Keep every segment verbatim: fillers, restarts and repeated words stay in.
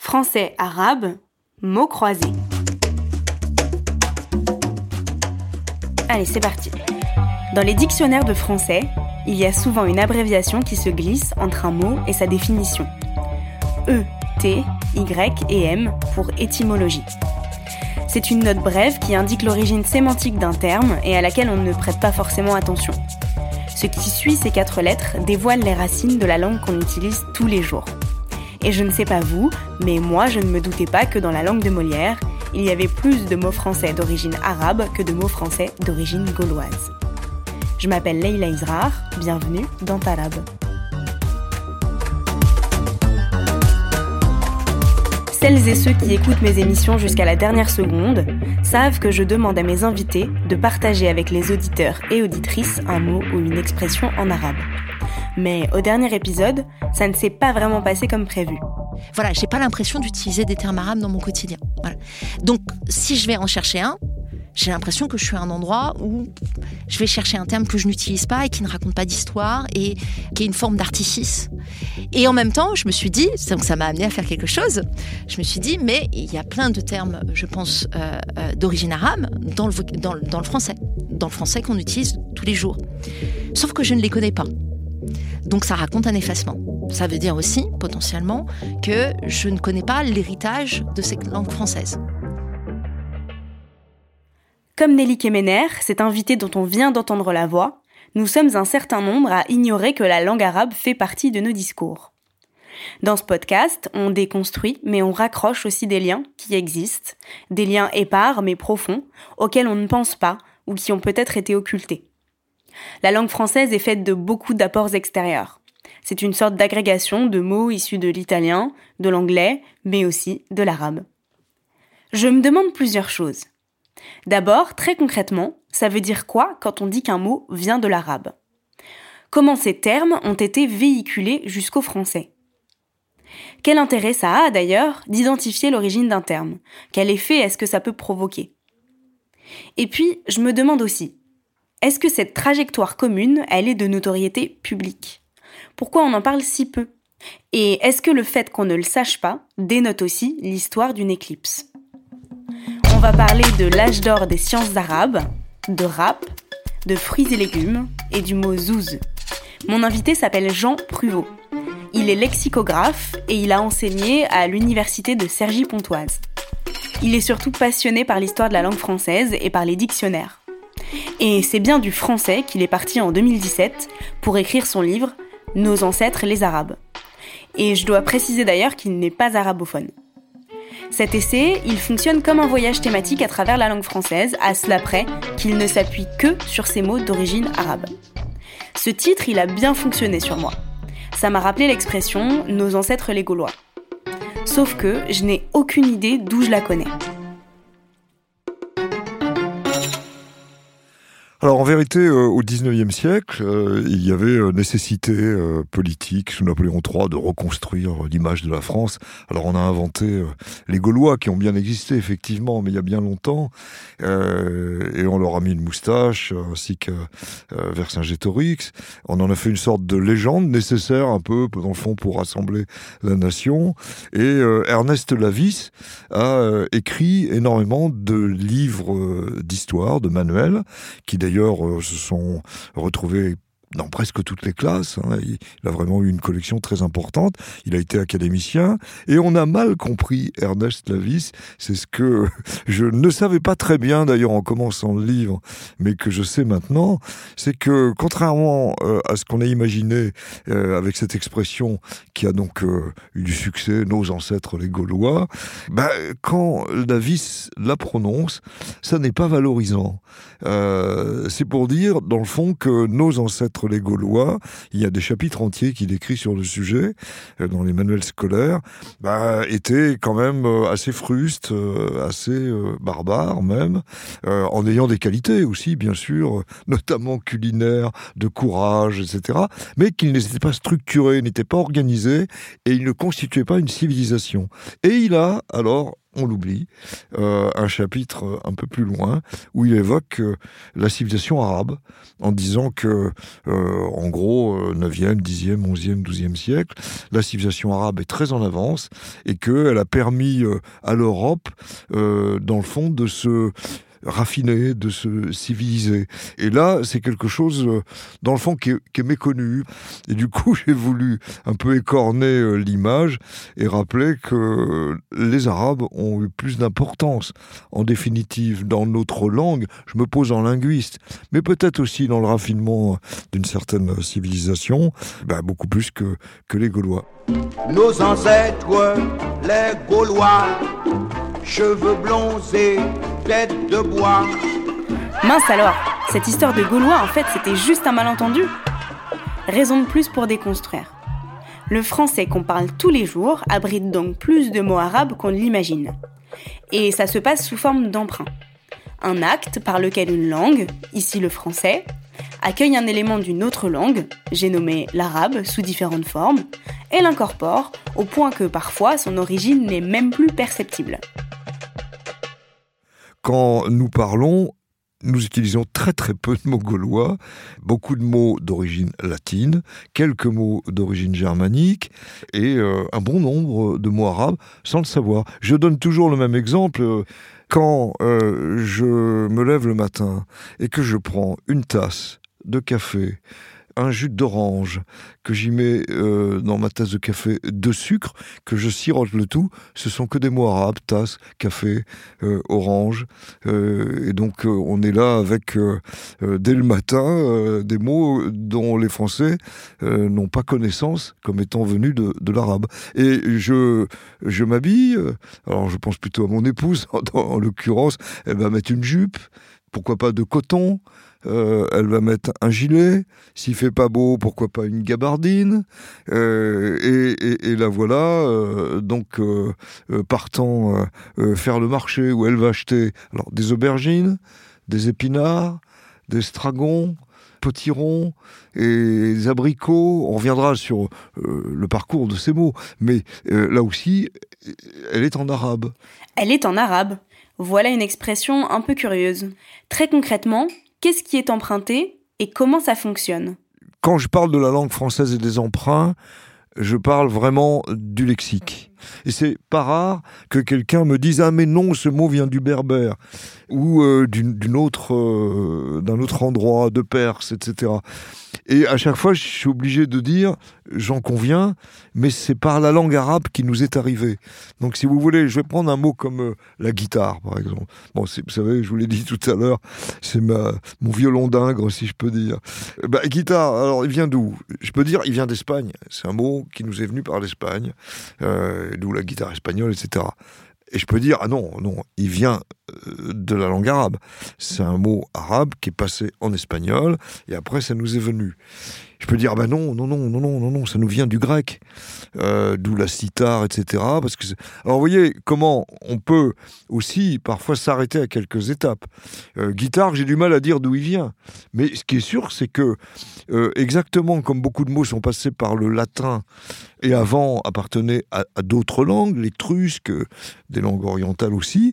Français-arabe, mots croisés. Allez, c'est parti. Dans les dictionnaires de français, il y a souvent une abréviation qui se glisse entre un mot et sa définition. E, T, Y et M pour étymologie. C'est une note brève qui indique l'origine sémantique d'un terme et à laquelle on ne prête pas forcément attention. Ce qui suit ces quatre lettres dévoile les racines de la langue qu'on utilise tous les jours. Et je ne sais pas vous, mais moi je ne me doutais pas que dans la langue de Molière, il y avait plus de mots français d'origine arabe que de mots français d'origine gauloise. Je m'appelle Leïla Israr, bienvenue dans Tarab. Celles et ceux qui écoutent mes émissions jusqu'à la dernière seconde savent que je demande à mes invités de partager avec les auditeurs et auditrices un mot ou une expression en arabe. Mais au dernier épisode, ça ne s'est pas vraiment passé comme prévu. Voilà, j'ai pas l'impression d'utiliser des termes arabes dans mon quotidien. Voilà. Donc, si je vais en chercher un, j'ai l'impression que je suis à un endroit où je vais chercher un terme que je n'utilise pas et qui ne raconte pas d'histoire et qui est une forme d'artifice. Et en même temps, je me suis dit, donc ça m'a amené à faire quelque chose, je me suis dit, mais il y a plein de termes, je pense, euh, euh, d'origine arabe dans le, dans, dans le français, dans le français qu'on utilise tous les jours. Sauf que je ne les connais pas. Donc ça raconte un effacement. Ça veut dire aussi, potentiellement, que je ne connais pas l'héritage de ces langues françaises. Comme Nelly Kemener, cette invitée dont on vient d'entendre la voix, nous sommes un certain nombre à ignorer que la langue arabe fait partie de nos discours. Dans ce podcast, on déconstruit, mais on raccroche aussi des liens qui existent, des liens épars mais profonds, auxquels on ne pense pas ou qui ont peut-être été occultés. La langue française est faite de beaucoup d'apports extérieurs. C'est une sorte d'agrégation de mots issus de l'italien, de l'anglais, mais aussi de l'arabe. Je me demande plusieurs choses. D'abord, très concrètement, ça veut dire quoi quand on dit qu'un mot vient de l'arabe ? Comment ces termes ont été véhiculés jusqu'au français ? Quel intérêt ça a d'ailleurs d'identifier l'origine d'un terme ? Quel effet est-ce que ça peut provoquer ? Et puis, je me demande aussi, est-ce que cette trajectoire commune, elle est de notoriété publique ? Pourquoi on en parle si peu ? Et est-ce que le fait qu'on ne le sache pas dénote aussi l'histoire d'une éclipse ? On va parler de l'âge d'or des sciences arabes, de rap, de fruits et légumes et du mot zouz. Mon invité s'appelle Jean Pruvot. Il est lexicographe et il a enseigné à l'université de Cergy-Pontoise. Il est surtout passionné par l'histoire de la langue française et par les dictionnaires. Et c'est bien du français qu'il est parti en deux mille dix-sept pour écrire son livre « Nos ancêtres les Arabes ». Et je dois préciser d'ailleurs qu'il n'est pas arabophone. Cet essai, il fonctionne comme un voyage thématique à travers la langue française, à cela près qu'il ne s'appuie que sur ces mots d'origine arabe. Ce titre, il a bien fonctionné sur moi. Ça m'a rappelé l'expression « nos ancêtres les Gaulois ». Sauf que je n'ai aucune idée d'où je la connais. Alors en vérité, euh, au dix-neuvième siècle, euh, il y avait euh, nécessité euh, politique sous Napoléon trois de reconstruire euh, l'image de la France. Alors on a inventé euh, les Gaulois qui ont bien existé effectivement, mais il y a bien longtemps, euh, et on leur a mis une moustache euh, ainsi que euh, Vercingétorix. On en a fait une sorte de légende nécessaire un peu dans le fond pour rassembler la nation. Et euh, Ernest Lavis a euh, écrit énormément de livres euh, d'histoire, de manuels, qui d'ailleurs euh, se sont retrouvés dans presque toutes les classes. Hein. Il a vraiment eu une collection très importante. Il a été académicien. Et on a mal compris Ernest Lavis. C'est ce que je ne savais pas très bien, d'ailleurs, en commençant le livre, mais que je sais maintenant. C'est que, contrairement euh, à ce qu'on a imaginé euh, avec cette expression qui a donc euh, eu du succès, nos ancêtres les Gaulois, ben, quand Lavis la prononce, ça n'est pas valorisant. Euh, c'est pour dire, dans le fond, que nos ancêtres les Gaulois, il y a des chapitres entiers qu'il écrit sur le sujet, euh, dans les manuels scolaires, bah, étaient quand même euh, assez frustes, euh, assez euh, barbares même, euh, en ayant des qualités aussi, bien sûr, notamment culinaires, de courage, et cetera, mais qu'ils n'étaient pas structurés, n'étaient pas organisés, et ils ne constituaient pas une civilisation. Et il a, alors, on l'oublie, euh, un chapitre un peu plus loin, où il évoque euh, la civilisation arabe, en disant que, euh, en gros, neuvième, dixième, onzième, douzième siècle, la civilisation arabe est très en avance, et qu'elle a permis euh, à l'Europe, euh, dans le fond, de se raffiner, de se civiliser. Et là, c'est quelque chose, euh, dans le fond, qui est, qui est méconnu. Et du coup, j'ai voulu un peu écorner euh, l'image et rappeler que les Arabes ont eu plus d'importance, en définitive, dans notre langue. Je me pose en linguiste, mais peut-être aussi dans le raffinement d'une certaine civilisation, ben, beaucoup plus que, que les Gaulois. Nos ancêtres, les Gaulois, cheveux blonds et tête de bois. Mince alors, cette histoire de Gaulois, en fait, c'était juste un malentendu. Raison de plus pour déconstruire. Le français qu'on parle tous les jours abrite donc plus de mots arabes qu'on ne l'imagine. Et ça se passe sous forme d'emprunt. Un acte par lequel une langue, ici le français, accueille un élément d'une autre langue, j'ai nommé l'arabe sous différentes formes, et l'incorpore au point que parfois son origine n'est même plus perceptible. Quand nous parlons, nous utilisons très très peu de mots gaulois, beaucoup de mots d'origine latine, quelques mots d'origine germanique et euh, un bon nombre de mots arabes sans le savoir. Je donne toujours le même exemple. Quand euh, je me lève le matin et que je prends une tasse de café, un jus d'orange, que j'y mets euh, dans ma tasse de café de sucre, que je sirote le tout, ce sont que des mots arabes, tasse, café, euh, orange. Euh, et donc euh, on est là avec, euh, euh, dès le matin, euh, des mots dont les Français euh, n'ont pas connaissance comme étant venus de, de l'arabe. Et je, je m'habille, alors je pense plutôt à mon épouse, en, en l'occurrence, elle va mettre une jupe, pourquoi pas de coton. Euh, elle va mettre un gilet, s'il fait pas beau, pourquoi pas une gabardine, euh, et, et, et la voilà, euh, donc euh, euh, partant euh, faire le marché où elle va acheter alors, des aubergines, des épinards, des estragons, potirons et des abricots. On reviendra sur euh, le parcours de ces mots, mais euh, là aussi, elle est en arabe. Elle est en arabe. Voilà une expression un peu curieuse. Très concrètement, qu'est-ce qui est emprunté et comment ça fonctionne ? Quand je parle de la langue française et des emprunts, je parle vraiment du lexique. Et c'est pas rare que quelqu'un me dise « Ah mais non, ce mot vient du berbère » ou euh, d'une, d'une autre, euh, d'un autre endroit, de Perse, et cetera. Et à chaque fois, je suis obligé de dire « J'en conviens, mais c'est par la langue arabe qui nous est arrivé. » Donc si vous voulez, je vais prendre un mot comme euh, la guitare, par exemple. Bon, c'est, vous savez, je vous l'ai dit tout à l'heure, c'est ma, mon violon d'ingre, si je peux dire. Bah, guitare, alors il vient d'où ? Je peux dire, il vient d'Espagne. C'est un mot qui nous est venu par l'Espagne, euh, d'où la guitare espagnole, et cetera. Et je peux dire, ah non, non, il vient de la langue arabe. C'est un mot arabe qui est passé en espagnol, et après ça nous est venu. Je peux dire, ah ben non, non, non, non, non, non, non, ça nous vient du grec, euh, d'où la cithare, et cetera. Parce que c'est... Alors vous voyez comment on peut aussi parfois s'arrêter à quelques étapes. Euh, guitare, j'ai du mal à dire d'où il vient. Mais ce qui est sûr, c'est que, euh, exactement comme beaucoup de mots sont passés par le latin, et avant appartenaient à, à d'autres langues, l'étrusque, des langues orientales aussi,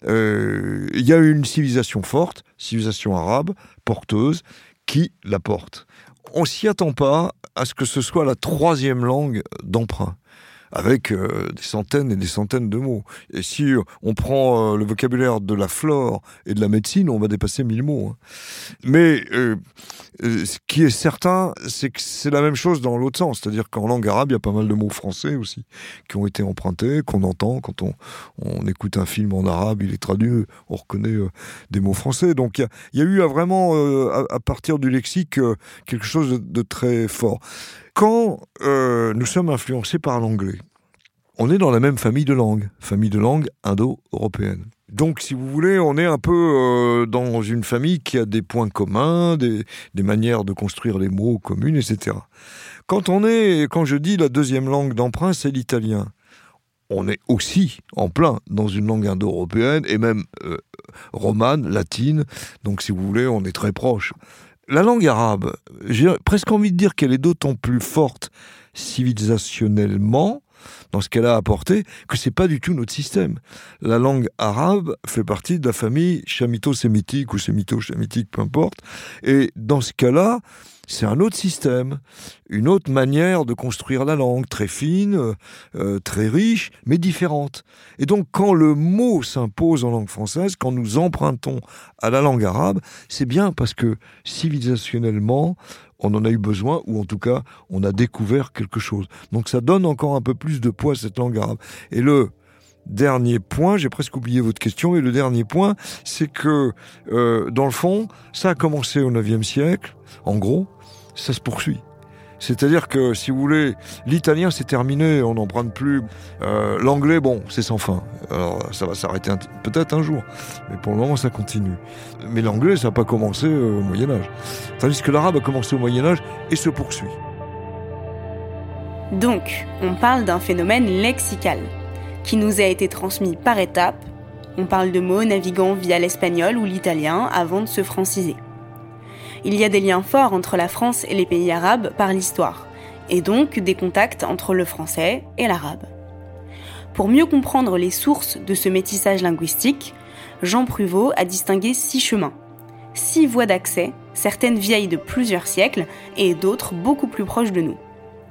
euh, il y a une civilisation forte, civilisation arabe, porteuse, qui la porte. On ne s'y attend pas à ce que ce soit la troisième langue d'emprunt, avec euh, des centaines et des centaines de mots. Et si on prend euh, le vocabulaire de la flore et de la médecine, on va dépasser mille mots. Hein. Mais euh, euh, ce qui est certain, c'est que c'est la même chose dans l'autre sens. C'est-à-dire qu'en langue arabe, il y a pas mal de mots français aussi, qui ont été empruntés, qu'on entend quand on, on écoute un film en arabe, il est traduit, on reconnaît euh, des mots français. Donc il y a, y a eu à vraiment, euh, à, à partir du lexique, euh, quelque chose de, de très fort. Quand euh, nous sommes influencés par l'anglais, on est dans la même famille de langues, famille de langues indo-européennes. Donc, si vous voulez, on est un peu euh, dans une famille qui a des points communs, des, des manières de construire les mots communes, et cetera. Quand on est, quand je dis la deuxième langue d'emprunt, c'est l'italien. On est aussi en plein dans une langue indo-européenne et même euh, romane, latine. Donc, si vous voulez, on est très proche. La langue arabe, j'ai presque envie de dire qu'elle est d'autant plus forte civilisationnellement dans ce qu'elle a apporté, que c'est pas du tout notre système. La langue arabe fait partie de la famille chamito-sémitique ou sémito-sémitique, peu importe. Et dans ce cas-là, c'est un autre système, une autre manière de construire la langue, très fine, euh, très riche, mais différente. Et donc, quand le mot s'impose en langue française, quand nous empruntons à la langue arabe, c'est bien parce que, civilisationnellement, on en a eu besoin, ou en tout cas, on a découvert quelque chose. Donc, ça donne encore un peu plus de poids à cette langue arabe. Et le dernier point, j'ai presque oublié votre question, mais le dernier point, c'est que, euh, dans le fond, ça a commencé au neuvième siècle, en gros, ça se poursuit. C'est-à-dire que, si vous voulez, l'italien c'est terminé, on n'emprunte plus. Euh, l'anglais, bon, c'est sans fin. Alors, ça va s'arrêter un t- peut-être un jour, mais pour le moment, ça continue. Mais l'anglais, ça n'a pas commencé euh, au Moyen-Âge. Tandis que l'arabe a commencé au Moyen-Âge et se poursuit. Donc, on parle d'un phénomène lexical, qui nous a été transmis par étapes. On parle de mots naviguant via l'espagnol ou l'italien avant de se franciser. Il y a des liens forts entre la France et les pays arabes par l'histoire, et donc des contacts entre le français et l'arabe. Pour mieux comprendre les sources de ce métissage linguistique, Jean Pruvot a distingué six chemins, six voies d'accès, certaines vieilles de plusieurs siècles et d'autres beaucoup plus proches de nous.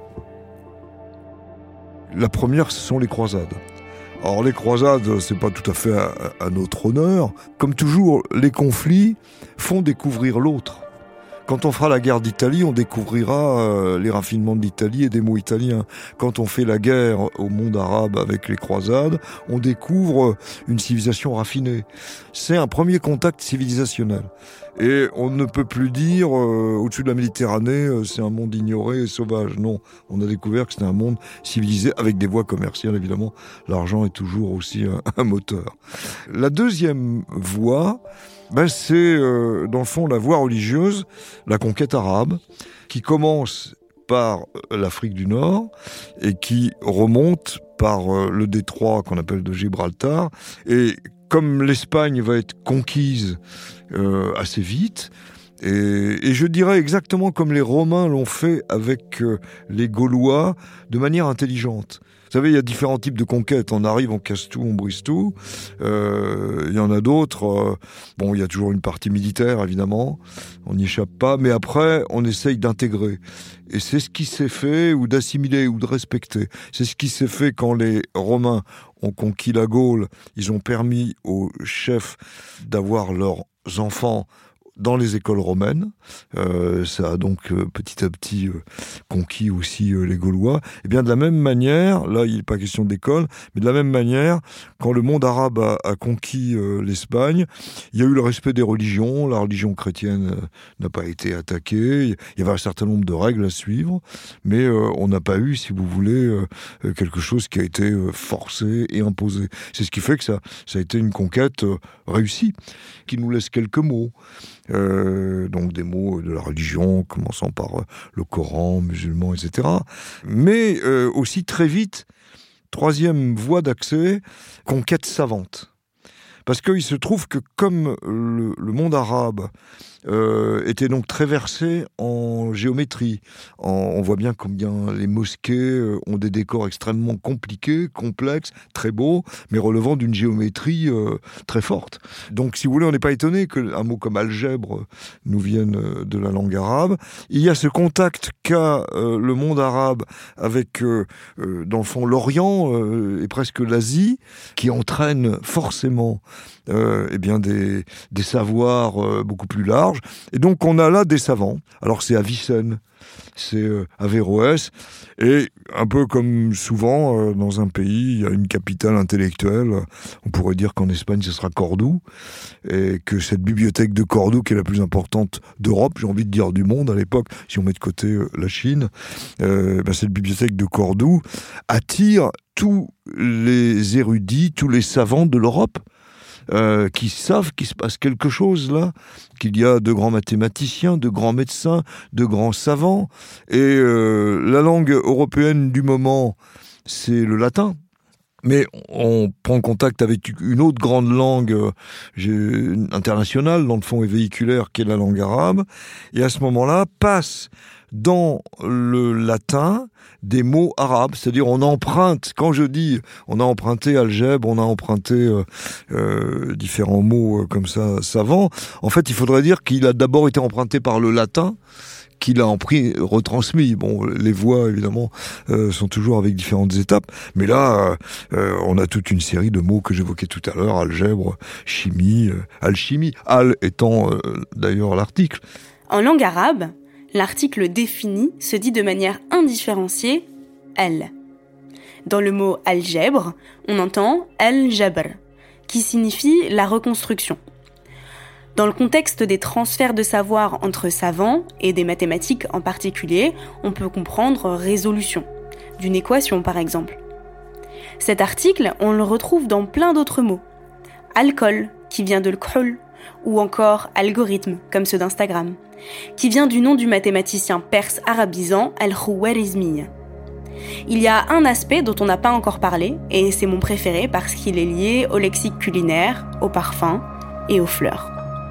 La première, ce sont les croisades. Alors les croisades, c'est pas tout à fait à, à notre honneur. Comme toujours, les conflits font découvrir l'autre. Quand on fera la guerre d'Italie, on découvrira euh, les raffinements de l'Italie et des mots italiens. Quand on fait la guerre au monde arabe avec les croisades, on découvre une civilisation raffinée. C'est un premier contact civilisationnel. Et on ne peut plus dire, euh, au-dessus de la Méditerranée, euh, c'est un monde ignoré et sauvage. Non, on a découvert que c'était un monde civilisé, avec des voies commerciales, évidemment. L'argent est toujours aussi un, un moteur. La deuxième voie, ben c'est, euh, dans le fond, la voie religieuse, la conquête arabe, qui commence par l'Afrique du Nord et qui remonte par euh, le détroit qu'on appelle de Gibraltar. Et comme l'Espagne va être conquise euh, assez vite, et, et je dirais exactement comme les Romains l'ont fait avec euh, les Gaulois, de manière intelligente. Vous savez, il y a différents types de conquêtes. On arrive, on casse tout, on brise tout. Euh, il y en a d'autres. Euh, bon, il y a toujours une partie militaire, évidemment. On n'y échappe pas. Mais après, on essaye d'intégrer. Et c'est ce qui s'est fait, ou d'assimiler, ou de respecter. C'est ce qui s'est fait quand les Romains ont conquis la Gaule. Ils ont permis aux chefs d'avoir leurs enfants dans les écoles romaines. Euh, ça a donc euh, petit à petit euh, conquis aussi euh, les Gaulois. Et bien de la même manière, là il n'est pas question d'école, mais de la même manière, quand le monde arabe a, a conquis euh, l'Espagne, il y a eu le respect des religions, la religion chrétienne euh, n'a pas été attaquée, il y avait un certain nombre de règles à suivre, mais euh, on n'a pas eu, si vous voulez, euh, quelque chose qui a été euh, forcé et imposé. C'est ce qui fait que ça, ça a été une conquête euh, réussie, qui nous laisse quelques mots. Euh, donc des mots de la religion, commençant par euh, le Coran, musulman, et cetera. Mais euh, aussi très vite, troisième voie d'accès, conquête savante. Parce qu'il se trouve que comme le, le monde arabe euh, était donc très versé en géométrie, en, on voit bien combien les mosquées euh, ont des décors extrêmement compliqués, complexes, très beaux, mais relevant d'une géométrie euh, très forte. Donc si vous voulez, on n'est pas étonné qu'un mot comme algèbre nous vienne euh, de la langue arabe. Il y a ce contact qu'a euh, le monde arabe avec, euh, euh, dans le fond, l'Orient euh, et presque l'Asie, qui entraîne forcément Euh, eh bien des, des savoirs euh, beaucoup plus larges. Et donc on a là des savants. Alors c'est Avicenne, c'est euh, Averroès, et un peu comme souvent euh, dans un pays, il y a une capitale intellectuelle. On pourrait dire qu'en Espagne ce sera Cordoue, et que cette bibliothèque de Cordoue, qui est la plus importante d'Europe, j'ai envie de dire du monde à l'époque, si on met de côté euh, la Chine, euh, ben cette bibliothèque de Cordoue attire tous les érudits, tous les savants de l'Europe, Euh, qui savent qu'il se passe quelque chose là, qu'il y a de grands mathématiciens, de grands médecins, de grands savants. Et euh, la langue européenne du moment, c'est le latin. Mais on prend contact avec une autre grande langue euh, internationale, dans le fond et véhiculaire, qui est la langue arabe, et à ce moment-là, passe dans le latin des mots arabes, c'est-à-dire on emprunte, quand je dis on a emprunté algèbre, on a emprunté euh, euh, différents mots euh, comme ça savants, en fait il faudrait dire qu'il a d'abord été emprunté par le latin, qu'il a en pris, retransmis. Bon, les voix, évidemment, euh, sont toujours avec différentes étapes, mais là, euh, on a toute une série de mots que j'évoquais tout à l'heure, algèbre, chimie, euh, alchimie, al étant euh, d'ailleurs l'article. En langue arabe, l'article défini se dit de manière indifférenciée « al ». Dans le mot « algèbre », on entend « al-jabr », qui signifie la reconstruction. Dans le contexte des transferts de savoir entre savants, et des mathématiques en particulier, on peut comprendre résolution, d'une équation par exemple. Cet article, on le retrouve dans plein d'autres mots. Alcool, qui vient de l'khoul, ou encore algorithme, comme ceux d'Instagram, qui vient du nom du mathématicien perse arabisant Al-Khwarizmi. Il y a un aspect dont on n'a pas encore parlé, et c'est mon préféré parce qu'il est lié au lexique culinaire, au parfum et aux fleurs.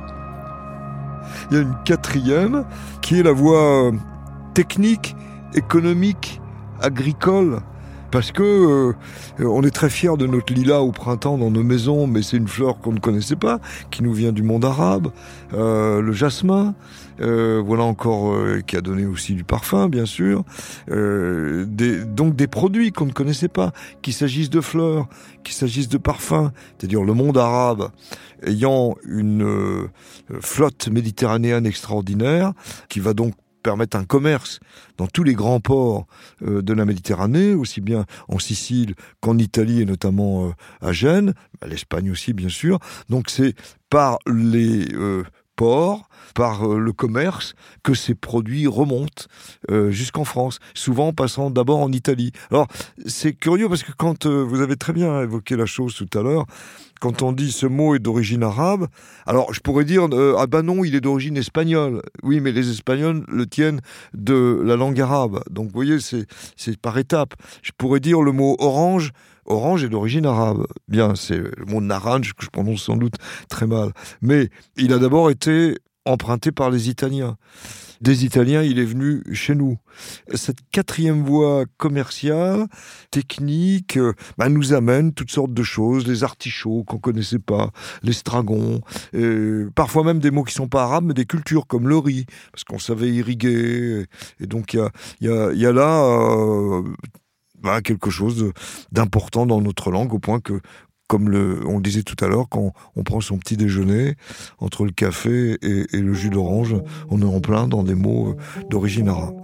Il y a une quatrième qui est la voie technique, économique, agricole. Parce que euh, on est très fiers de notre lilas au printemps dans nos maisons, mais c'est une fleur qu'on ne connaissait pas, qui nous vient du monde arabe. Euh, le jasmin, euh, voilà encore euh, qui a donné aussi du parfum, bien sûr. Euh, des, donc des produits qu'on ne connaissait pas, qu'il s'agisse de fleurs, qu'il s'agisse de parfums. C'est-à-dire le monde arabe ayant une euh, flotte méditerranéenne extraordinaire, qui va donc permettre un commerce dans tous les grands ports euh, de la Méditerranée, aussi bien en Sicile qu'en Italie et notamment euh, à Gênes, à l'Espagne aussi bien sûr. Donc c'est par les euh, ports, par euh, le commerce, que ces produits remontent euh, jusqu'en France, souvent passant d'abord en Italie. Alors c'est curieux parce que quand euh, vous avez très bien évoqué la chose tout à l'heure, quand on dit ce mot est d'origine arabe, alors je pourrais dire euh, ah ben non, il est d'origine espagnole. Oui, mais les Espagnols le tiennent de la langue arabe. Donc vous voyez, c'est c'est par étapes. Je pourrais dire le mot orange. Orange est d'origine arabe. Bien, c'est le mot naranj que je prononce sans doute très mal. Mais il a d'abord été emprunté par les Italiens. Des Italiens, il est venu chez nous. Cette quatrième voie commerciale, technique, euh, bah, nous amène toutes sortes de choses, les artichauts qu'on connaissait pas, l'estragon, euh, parfois même des mots qui sont pas arabes, mais des cultures comme le riz, parce qu'on savait irriguer. Et, et donc il y a, y, a, y a là euh, bah, quelque chose d'important dans notre langue, au point que, comme le, on le disait tout à l'heure, quand on prend son petit déjeuner, entre le café et, et le jus d'orange, on est en plein dans des mots d'origine arabe.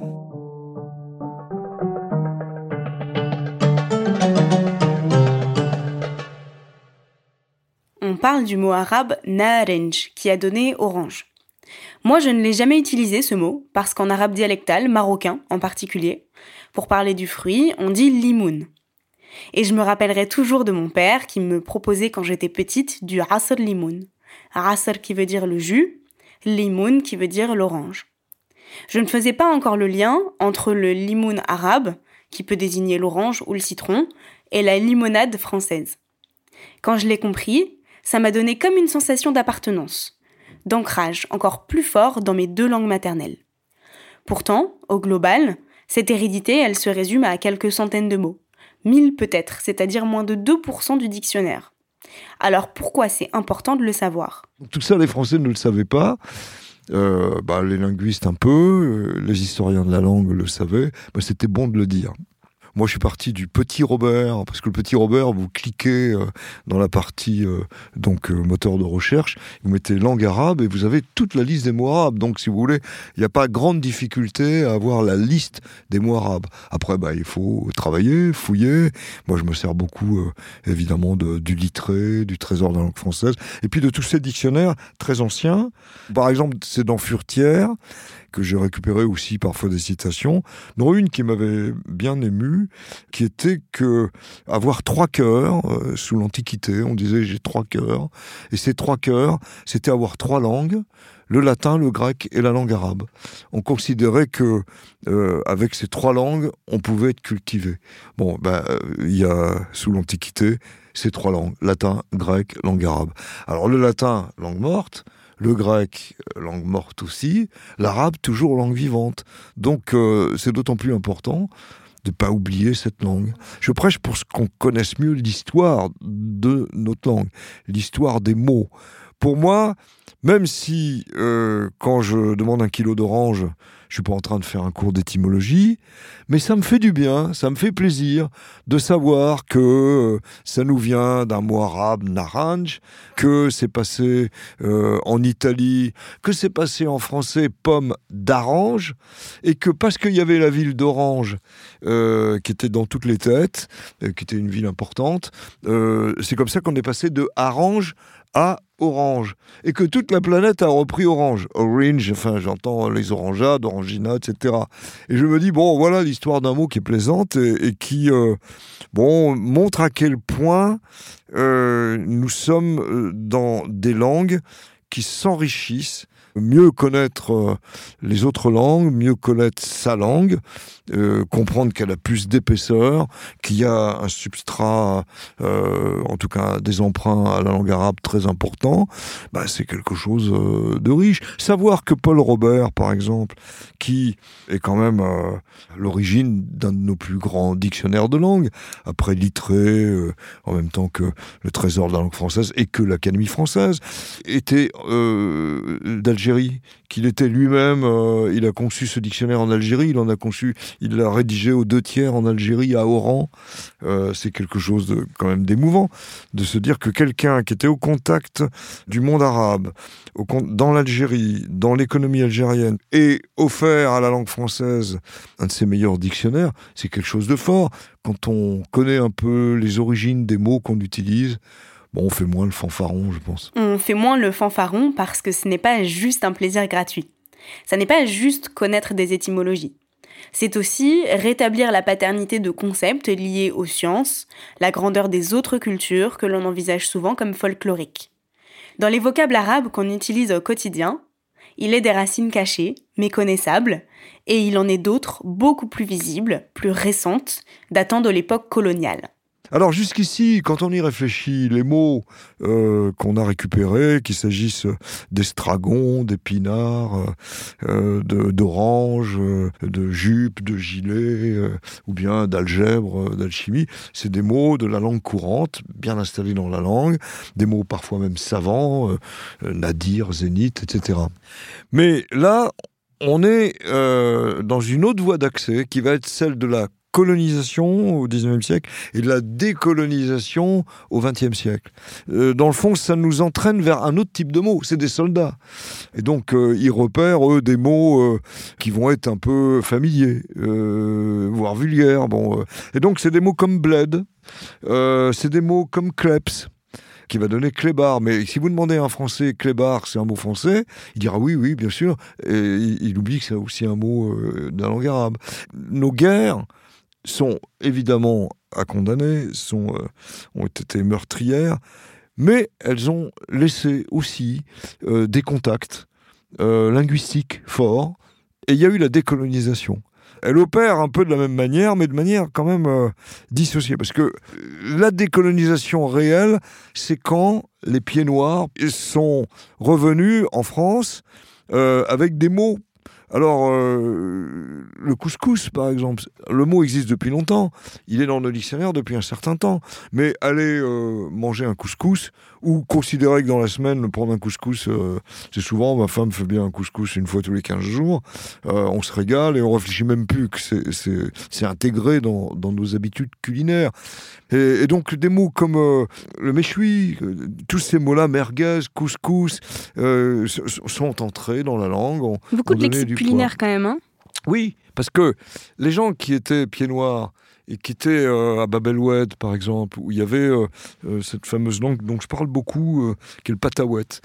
On parle du mot arabe « naranj » qui a donné « orange ». Moi, je ne l'ai jamais utilisé, ce mot, parce qu'en arabe dialectal, marocain en particulier, pour parler du fruit, on dit « limoun ». Et je me rappellerai toujours de mon père qui me proposait quand j'étais petite du asr limoun. Asr qui veut dire le jus, limoun qui veut dire l'orange. Je ne faisais pas encore le lien entre le limoun arabe, qui peut désigner l'orange ou le citron, et la limonade française. Quand je l'ai compris, ça m'a donné comme une sensation d'appartenance, d'ancrage encore plus fort dans mes deux langues maternelles. Pourtant, au global, cette hérédité, elle se résume à quelques centaines de mots. Mille peut-être, c'est-à-dire moins de deux pour cent du dictionnaire. Alors pourquoi c'est important de le savoir ? Tout ça, les Français ne le savaient pas. Euh, bah, les linguistes un peu, euh, les historiens de la langue le savaient. Bah, c'était bon de le dire. Moi, je suis parti du Petit Robert, parce que le Petit Robert, vous cliquez euh, dans la partie euh, donc euh, moteur de recherche, vous mettez langue arabe et vous avez toute la liste des mots arabes. Donc, si vous voulez, il n'y a pas grande difficulté à avoir la liste des mots arabes. Après, bah, il faut travailler, fouiller. Moi, je me sers beaucoup, euh, évidemment, de, du Littré, du Trésor de la langue française, et puis de tous ces dictionnaires très anciens. Par exemple, c'est dans Furetière, que j'ai récupéré aussi parfois des citations, dont une qui m'avait bien ému, lu, qui était que avoir trois cœurs, euh, sous l'Antiquité, on disait j'ai trois cœurs, et ces trois cœurs, c'était avoir trois langues, le latin, le grec et la langue arabe. On considérait que euh, avec ces trois langues, on pouvait être cultivé. Bon, ben il y a sous l'Antiquité ces trois langues, latin, grec, langue arabe. Alors le latin, langue morte, le grec, langue morte aussi, l'arabe, toujours langue vivante. Donc euh, c'est d'autant plus important de ne pas oublier cette langue. Je prêche pour qu'on connaisse mieux l'histoire de notre langue, l'histoire des mots. Pour moi, même si, euh, quand je demande un kilo d'orange, je suis pas en train de faire un cours d'étymologie, mais ça me fait du bien, ça me fait plaisir de savoir que euh, ça nous vient d'un mot arabe, naranj, que c'est passé euh, en Italie, que c'est passé en français, pomme d'Arange, et que parce qu'il y avait la ville d'Orange, euh, qui était dans toutes les têtes, euh, qui était une ville importante, euh, c'est comme ça qu'on est passé de Arange à Orange, et que toute la planète a repris Orange. Orange, enfin j'entends les orangeades, orangina, et cetera. Et je me dis, bon, voilà l'histoire d'un mot qui est plaisante et, et qui, euh, bon, montre à quel point euh, nous sommes dans des langues qui s'enrichissent. Mieux connaître euh, les autres langues, mieux connaître sa langue, euh, comprendre qu'elle a plus d'épaisseur, qu'il y a un substrat, euh, en tout cas des emprunts à la langue arabe très importants, bah, c'est quelque chose euh, de riche. Savoir que Paul Robert, par exemple, qui est quand même euh, l'origine d'un de nos plus grands dictionnaires de langue, après Littré, euh, en même temps que le Trésor de la langue française et que l'Académie française, était euh, d'Algérie, qu'il était lui-même, euh, il a conçu ce dictionnaire en Algérie, il en a conçu, il l'a rédigé aux deux tiers en Algérie, à Oran. Euh, c'est quelque chose de quand même d'émouvant, de se dire que quelqu'un qui était au contact du monde arabe, au, dans l'Algérie, dans l'économie algérienne, et offert à la langue française un de ses meilleurs dictionnaires, c'est quelque chose de fort. Quand on connaît un peu les origines des mots qu'on utilise, bon, on fait moins le fanfaron, je pense. On fait moins le fanfaron parce que ce n'est pas juste un plaisir gratuit. Ça n'est pas juste connaître des étymologies. C'est aussi rétablir la paternité de concepts liés aux sciences, la grandeur des autres cultures que l'on envisage souvent comme folkloriques. Dans les vocables arabes qu'on utilise au quotidien, il est des racines cachées, méconnaissables, et il en est d'autres beaucoup plus visibles, plus récentes, datant de l'époque coloniale. Alors jusqu'ici, quand on y réfléchit, les mots euh, qu'on a récupérés, qu'il s'agisse d'estragon, d'épinard, euh, de, d'orange, euh, de jupe, de gilet, euh, ou bien d'algèbre, euh, d'alchimie, c'est des mots de la langue courante, bien installés dans la langue, des mots parfois même savants, euh, nadir, zénith, et cetera. Mais là, on est euh, dans une autre voie d'accès qui va être celle de la colonisation au dix-neuvième siècle et de la décolonisation au vingtième siècle. Euh, dans le fond, ça nous entraîne vers un autre type de mots, c'est des soldats. Et donc, euh, ils repèrent, eux, des mots euh, qui vont être un peu familiers, euh, voire vulgaires. Bon, euh. Et donc, c'est des mots comme bled, euh, c'est des mots comme kleps, qui va donner clébard. Mais si vous demandez à un Français, clébard, c'est un mot français, il dira oui, oui, bien sûr. Et il, il oublie que c'est aussi un mot euh, de la langue arabe. Nos guerres sont évidemment à condamner, sont, euh, ont été meurtrières, mais elles ont laissé aussi euh, des contacts euh, linguistiques forts, et il y a eu la décolonisation. Elle opère un peu de la même manière, mais de manière quand même euh, dissociée, parce que la décolonisation réelle, c'est quand les pieds noirs sont revenus en France euh, avec des mots. Alors, euh, le couscous, par exemple, le mot existe depuis longtemps. Il est dans nos dictionnaires depuis un certain temps. Mais aller euh, manger un couscous, ou considérer que dans la semaine, prendre un couscous, euh, c'est souvent, ma femme fait bien un couscous une fois tous les quinze jours, euh, on se régale et on réfléchit même plus que c'est, c'est, c'est intégré dans, dans nos habitudes culinaires. Et, et donc, des mots comme euh, le méchoui, euh, tous ces mots-là, merguez, couscous, euh, sont entrés dans la langue. On, Beaucoup on de lexique culinaire quand même, hein ? Oui, parce que les gens qui étaient pieds noirs et qui était euh, à Bab el-Oued, par exemple, où il y avait euh, euh, cette fameuse langue dont je parle beaucoup, euh, qui est le patawet.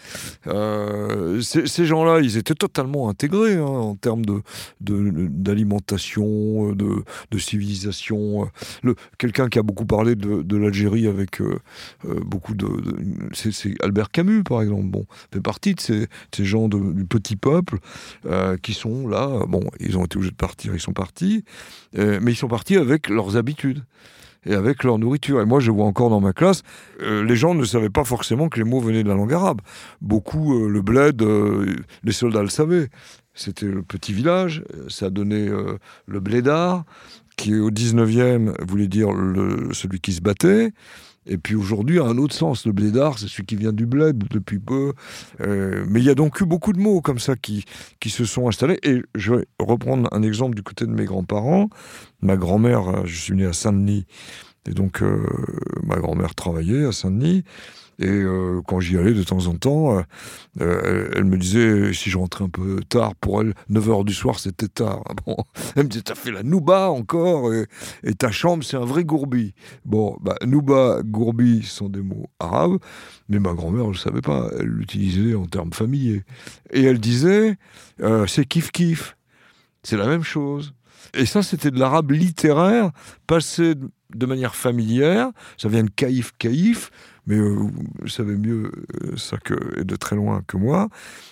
Euh, ces gens-là, ils étaient totalement intégrés hein, en termes de, de, d'alimentation, de, de civilisation. Le, quelqu'un qui a beaucoup parlé de, de l'Algérie avec euh, euh, beaucoup de... de c'est, c'est Albert Camus, par exemple. Bon, fait partie de ces, ces gens de, du petit peuple euh, qui sont là. Bon, ils ont été obligés de partir, ils sont partis. Euh, mais ils sont partis avec leurs habitudes et avec leur nourriture. Et moi, je vois encore dans ma classe, euh, les gens ne savaient pas forcément que les mots venaient de la langue arabe. Beaucoup, euh, le bled, euh, les soldats le savaient. C'était le petit village, ça donnait euh, le blédard, qui au dix-neuvième voulait dire le, celui qui se battait. Et puis aujourd'hui, a un autre sens. Le blédard, c'est celui qui vient du bled depuis peu. Euh, mais il y a donc eu beaucoup de mots comme ça qui, qui se sont installés. Et je vais reprendre un exemple du côté de mes grands-parents. Ma grand-mère, je suis né à Saint-Denis. Et donc, euh, ma grand-mère travaillait à Saint-Denis. Et euh, quand j'y allais de temps en temps, euh, elle, elle me disait, si je rentrais un peu tard, pour elle, neuf heures du soir, c'était tard. Bon, elle me disait, t'as fait la nouba encore, et, et ta chambre, c'est un vrai gourbi. Bon, bah, nouba, gourbi sont des mots arabes, mais ma grand-mère, elle ne savait pas, elle l'utilisait en termes familiers. Et elle disait, euh, c'est kiff-kiff, c'est la même chose. Et ça, c'était de l'arabe littéraire, passé de manière familière, ça vient de caïf-caïf, mais euh, vous savez mieux euh, ça que, et de très loin que moi.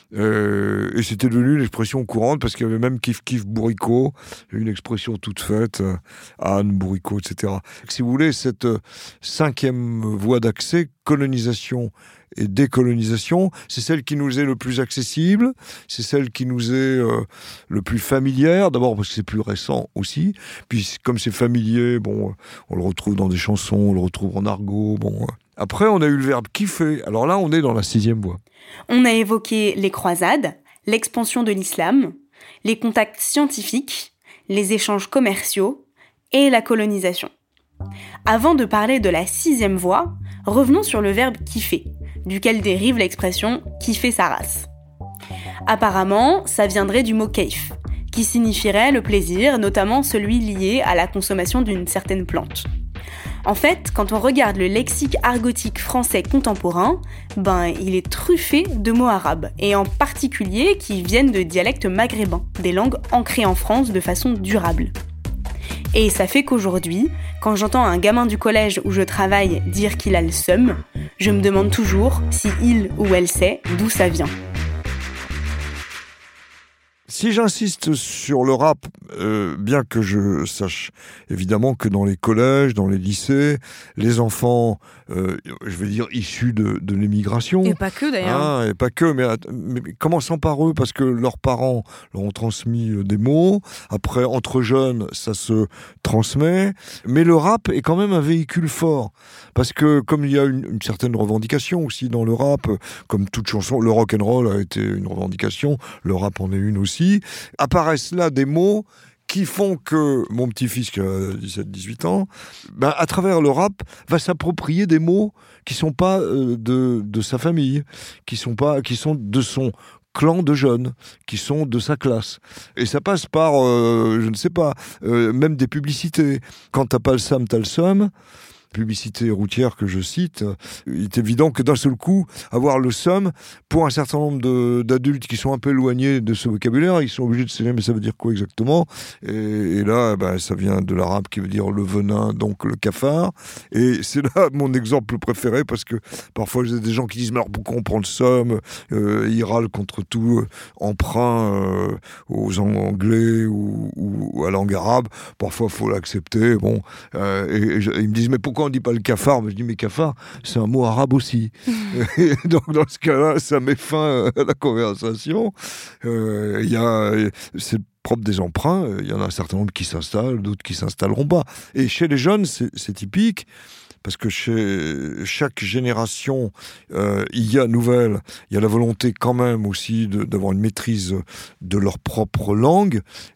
Euh, et c'était devenu une expression courante parce qu'il y avait même kiff-kiff bourricot, une expression toute faite, euh, Anne, bourricot, et cetera. Si vous voulez, cette euh, cinquième voie d'accès, colonisation et décolonisation, c'est celle qui nous est le plus accessible, c'est celle qui nous est euh, le plus familière, d'abord parce que c'est plus récent aussi, puis comme c'est familier, bon, on le retrouve dans des chansons, on le retrouve en argot, bon... Après, on a eu le verbe kiffer. Alors là, on est dans la sixième voie. On a évoqué les croisades, l'expansion de l'islam, les contacts scientifiques, les échanges commerciaux et la colonisation. Avant de parler de la sixième voie, revenons sur le verbe kiffer, duquel dérive l'expression « kiffer sa race ». Apparemment, ça viendrait du mot « keif », qui signifierait le plaisir, notamment celui lié à la consommation d'une certaine plante. En fait, quand on regarde le lexique argotique français contemporain, ben, il est truffé de mots arabes, et en particulier qui viennent de dialectes maghrébins, des langues ancrées en France de façon durable. Et ça fait qu'aujourd'hui, quand j'entends un gamin du collège où je travaille dire qu'il a le seum, je me demande toujours si il ou elle sait d'où ça vient. Si j'insiste sur le rap, euh, bien que je sache évidemment que dans les collèges, dans les lycées, les enfants, euh, je vais dire issus de, de l'émigration... Et pas que d'ailleurs. Hein, et pas que, mais, mais commençant par eux, parce que leurs parents leur ont transmis des mots. Après, entre jeunes, ça se transmet. Mais le rap est quand même un véhicule fort. Parce que comme il y a une, une certaine revendication aussi dans le rap, comme toute chanson, le rock'n'roll a été une revendication, le rap en est une aussi. Apparaissent là des mots qui font que mon petit-fils qui a dix-sept dix-huit ans, ben, à travers le rap, va s'approprier des mots qui ne sont pas euh, de, de sa famille, qui sont, pas, qui sont de son clan de jeunes, qui sont de sa classe. Et ça passe par, euh, je ne sais pas, euh, même des publicités. Quand t'as pas le sam, t'as le somme. Publicité routière que je cite, il est évident que d'un seul coup, avoir le somme, pour un certain nombre de, d'adultes qui sont un peu éloignés de ce vocabulaire, ils sont obligés de se dire mais ça veut dire quoi exactement ? et, et là, ben, ça vient de l'arabe qui veut dire le venin, donc le cafard. Et c'est là mon exemple préféré parce que parfois j'ai des gens qui disent mais alors pourquoi on prend le somme ? euh, Ils râlent contre tout euh, emprunt euh, aux Anglais ou, ou à la langue arabe. Parfois, il faut l'accepter. Bon, euh, et, et, et ils me disent mais pourquoi on dit pas le cafard ? Mais je dis mais cafard, c'est un mot arabe aussi. Et donc dans ce cas-là, ça met fin à la conversation. Euh, il y a, c'est propre des emprunts. Il y en a un certain nombre qui s'installent, d'autres qui s'installeront pas. Et chez les jeunes, c'est, c'est typique. Parce que chez chaque génération, euh, il y a nouvelle, il y a la volonté quand même aussi de, d'avoir une maîtrise de leur propre langue.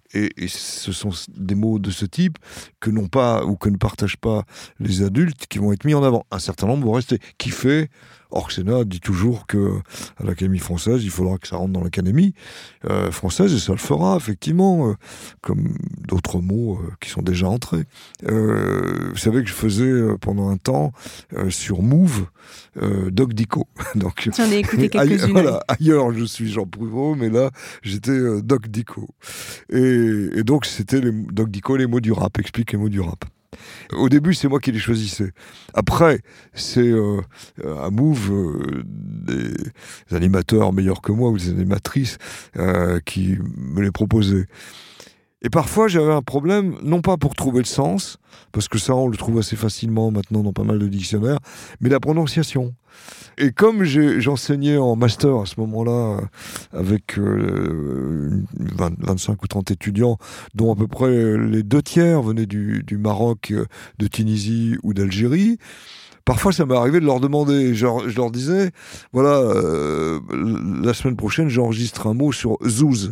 Et, et ce sont des mots de ce type que n'ont pas ou que ne partagent pas les adultes qui vont être mis en avant. Un certain nombre vont rester. Kiffer, Orxena dit toujours que à l'Académie française, il faudra que ça rentre dans l'Académie euh, française, et ça le fera, effectivement, euh, comme d'autres mots euh, qui sont déjà entrés. Euh, vous savez que je faisais euh, pendant un temps euh, sur Move euh, Doc Dico. Donc, j'en ai écouté quelques-unes. Aille, voilà, ailleurs, je suis Jean Prouveau, mais là, j'étais euh, Doc Dico. Et, et donc, c'était les, Doc Dico, les mots du rap, explique les mots du rap. Au début, c'est moi qui les choisissais. Après, c'est euh, à Move euh, des animateurs meilleurs que moi ou des animatrices euh, qui me les proposaient. Et parfois, j'avais un problème, non pas pour trouver le sens, parce que ça, on le trouve assez facilement maintenant dans pas mal de dictionnaires, mais la prononciation. Et comme j'ai, j'enseignais en master à ce moment-là, avec euh, vingt, vingt-cinq ou trente étudiants, dont à peu près les deux tiers venaient du, du Maroc, de Tunisie ou d'Algérie, parfois, ça m'est arrivé de leur demander, genre, je leur disais, voilà, euh, la semaine prochaine, j'enregistre un mot sur zouz.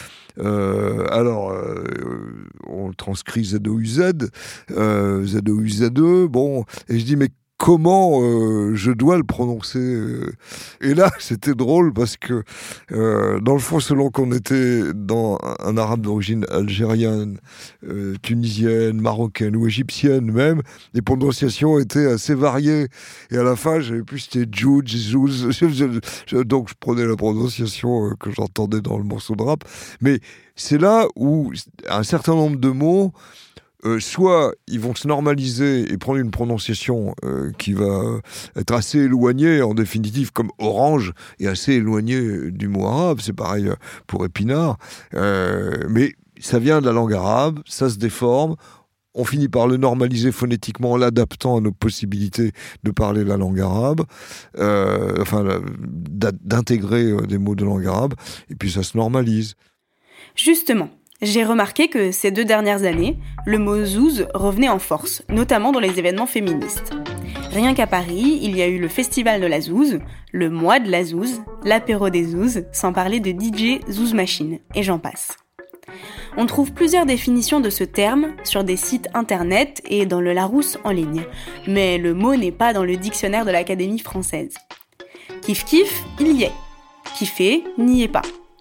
Euh, alors, euh, on le transcrit Z O U Z, euh, Z O U Z E, bon, et je dis, mais comment euh, je dois le prononcer euh. Et là, c'était drôle parce que, euh, dans le fond, selon qu'on était dans un, un arabe d'origine algérienne, euh, tunisienne, marocaine ou égyptienne même, les prononciations étaient assez variées. Et à la fin, j'avais plus, c'était Djoudj, Zouz. Donc, je prenais la prononciation euh, que j'entendais dans le morceau de rap. Mais c'est là où un certain nombre de mots, Euh, soit ils vont se normaliser et prendre une prononciation euh, qui va être assez éloignée, en définitive, comme orange est assez éloigné du mot arabe, c'est pareil pour épinard, euh, mais ça vient de la langue arabe, ça se déforme, on finit par le normaliser phonétiquement en l'adaptant à nos possibilités de parler la langue arabe, euh, enfin d'intégrer des mots de langue arabe, et puis ça se normalise. Justement, j'ai remarqué que ces deux dernières années, le mot zouz revenait en force, notamment dans les événements féministes. Rien qu'à Paris, il y a eu le festival de la zouze, le mois de la zouze, l'apéro des zouzes, sans parler de D J Zouz Machine, et j'en passe. On trouve plusieurs définitions de ce terme sur des sites internet et dans le Larousse en ligne, mais le mot n'est pas dans le dictionnaire de l'Académie française. Kiff kiff, il y est. Kiffer, n'y est pas.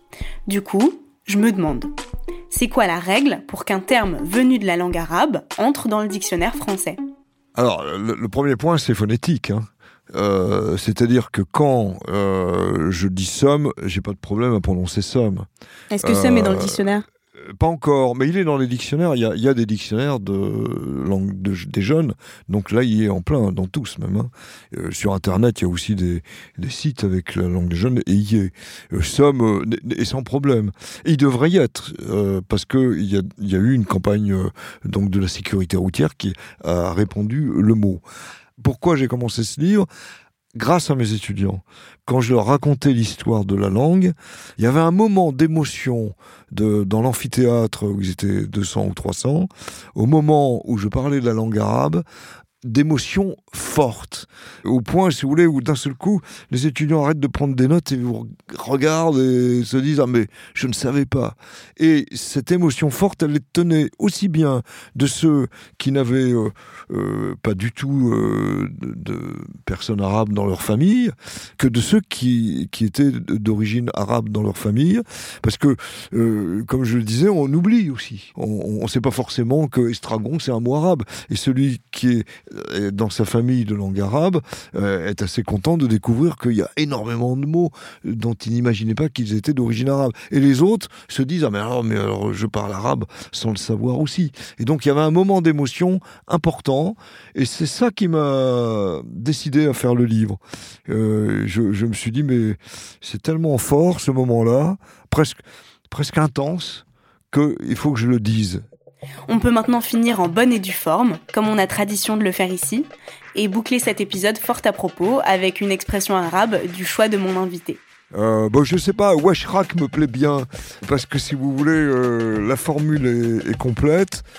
Du coup, je me demande, c'est quoi la règle pour qu'un terme venu de la langue arabe entre dans le dictionnaire français ? Alors, le, le premier point, c'est phonétique. Hein. Euh, c'est-à-dire que quand euh, je dis somme, j'ai pas de problème à prononcer somme. Est-ce que euh, somme est dans le dictionnaire ? Pas encore, mais il est dans les dictionnaires. Il y a, il y a des dictionnaires de langue de, des jeunes, donc là il est en plein, dans tous même. Hein. Euh, sur Internet, il y a aussi des, des sites avec la langue des jeunes, et il y est. Euh, somme euh, et sans problème. Et il devrait y être, euh, parce que il y a, il y a eu une campagne euh, donc de la sécurité routière qui a répandu le mot. Pourquoi j'ai commencé ce livre ? Grâce à mes étudiants. Quand je leur racontais l'histoire de la langue, il y avait un moment d'émotion de, dans l'amphithéâtre où ils étaient deux cents ou trois cents, au moment où je parlais de la langue arabe, d'émotions fortes, au point, si vous voulez, où d'un seul coup, les étudiants arrêtent de prendre des notes et vous regardent et se disent « Ah mais je ne savais pas ». Et cette émotion forte, elle les tenait aussi bien de ceux qui n'avaient euh, euh, pas du tout euh, de, de personnes arabes dans leur famille, que de ceux qui, qui étaient d'origine arabe dans leur famille, parce que, euh, comme je le disais, on oublie aussi. On ne sait pas forcément que estragon, c'est un mot arabe. Et celui qui est dans sa famille de langue arabe, euh, est assez content de découvrir qu'il y a énormément de mots dont il n'imaginait pas qu'ils étaient d'origine arabe. Et les autres se disent « Ah mais alors, mais alors je parle arabe sans le savoir aussi ». Et donc il y avait un moment d'émotion important, et c'est ça qui m'a décidé à faire le livre. Euh, je, je me suis dit « Mais c'est tellement fort ce moment-là, presque, presque intense, qu'il faut que je le dise ». On peut maintenant finir en bonne et due forme, comme on a tradition de le faire ici, et boucler cet épisode fort à propos avec une expression arabe du choix de mon invité. Euh, bon, je sais pas, Weshrak me plaît bien, parce que si vous voulez, euh, la formule est, est complète.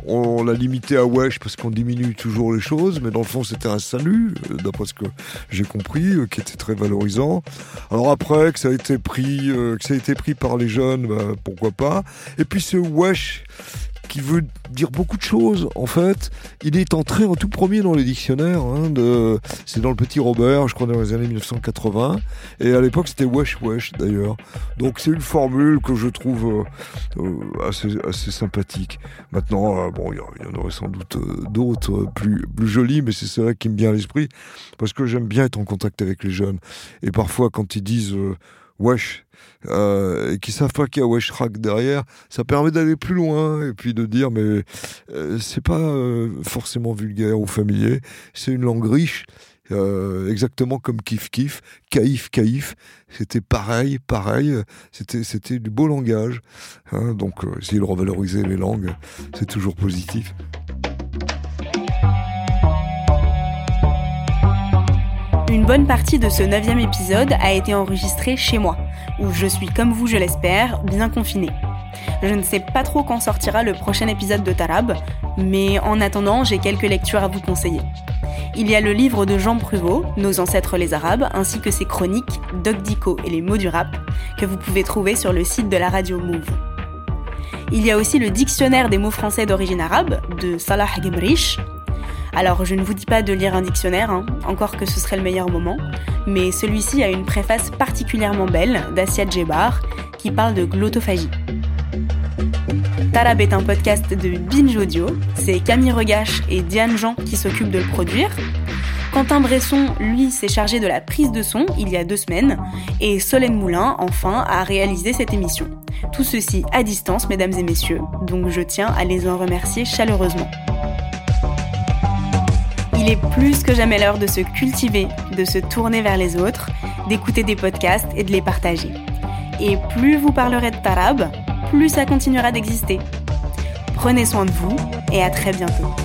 on l'a limité à wesh parce qu'on diminue toujours les choses, mais dans le fond c'était un salut, d'après ce que j'ai compris, qui était très valorisant. Alors après que ça a été pris, que ça a été pris par les jeunes, bah, pourquoi pas. Et puis ce wesh qui veut dire beaucoup de choses, en fait, il est entré en tout premier dans les dictionnaires, hein, de... c'est dans le Petit Robert, je crois dans les années dix-neuf cent quatre-vingts, et à l'époque c'était wesh wesh d'ailleurs. Donc c'est une formule que je trouve euh, euh, assez, assez sympathique. Maintenant, euh, bon, il y, y en aurait sans doute euh, d'autres euh, plus, plus jolies, mais c'est celle qui me vient à l'esprit, parce que j'aime bien être en contact avec les jeunes. Et parfois quand ils disent euh, wesh, Euh, et qui savent pas qu'il y a Weshrak derrière, ça permet d'aller plus loin et puis de dire mais euh, c'est pas euh, forcément vulgaire ou familier, c'est une langue riche, euh, exactement comme Kif Kif, Kaïf Kaïf, c'était pareil, pareil, c'était, c'était du beau langage, hein, donc euh, essayer de revaloriser les langues, c'est toujours positif. Une bonne partie de ce neuvième épisode a été enregistrée chez moi, où je suis, comme vous je l'espère, bien confinée. Je ne sais pas trop quand sortira le prochain épisode de Tarab, mais en attendant, j'ai quelques lectures à vous conseiller. Il y a le livre de Jean Pruvot, Nos ancêtres les Arabes, ainsi que ses chroniques, Doc Dico et les mots du rap, que vous pouvez trouver sur le site de la radio Move. Il y a aussi le dictionnaire des mots français d'origine arabe, de Salah Gemrish. Alors je ne vous dis pas de lire un dictionnaire, hein, encore que ce serait le meilleur moment, mais celui-ci a une préface particulièrement belle d'Assia Djebar qui parle de glottophagie. Tarab est un podcast de Binge Audio, c'est Camille Regache et Diane Jean qui s'occupent de le produire. Quentin Bresson, lui, s'est chargé de la prise de son il y a deux semaines, et Solène Moulin, enfin, a réalisé cette émission. Tout ceci à distance, mesdames et messieurs, donc je tiens à les en remercier chaleureusement. Il est plus que jamais l'heure de se cultiver, de se tourner vers les autres, d'écouter des podcasts et de les partager. Et plus vous parlerez de Tarab, plus ça continuera d'exister. Prenez soin de vous et à très bientôt.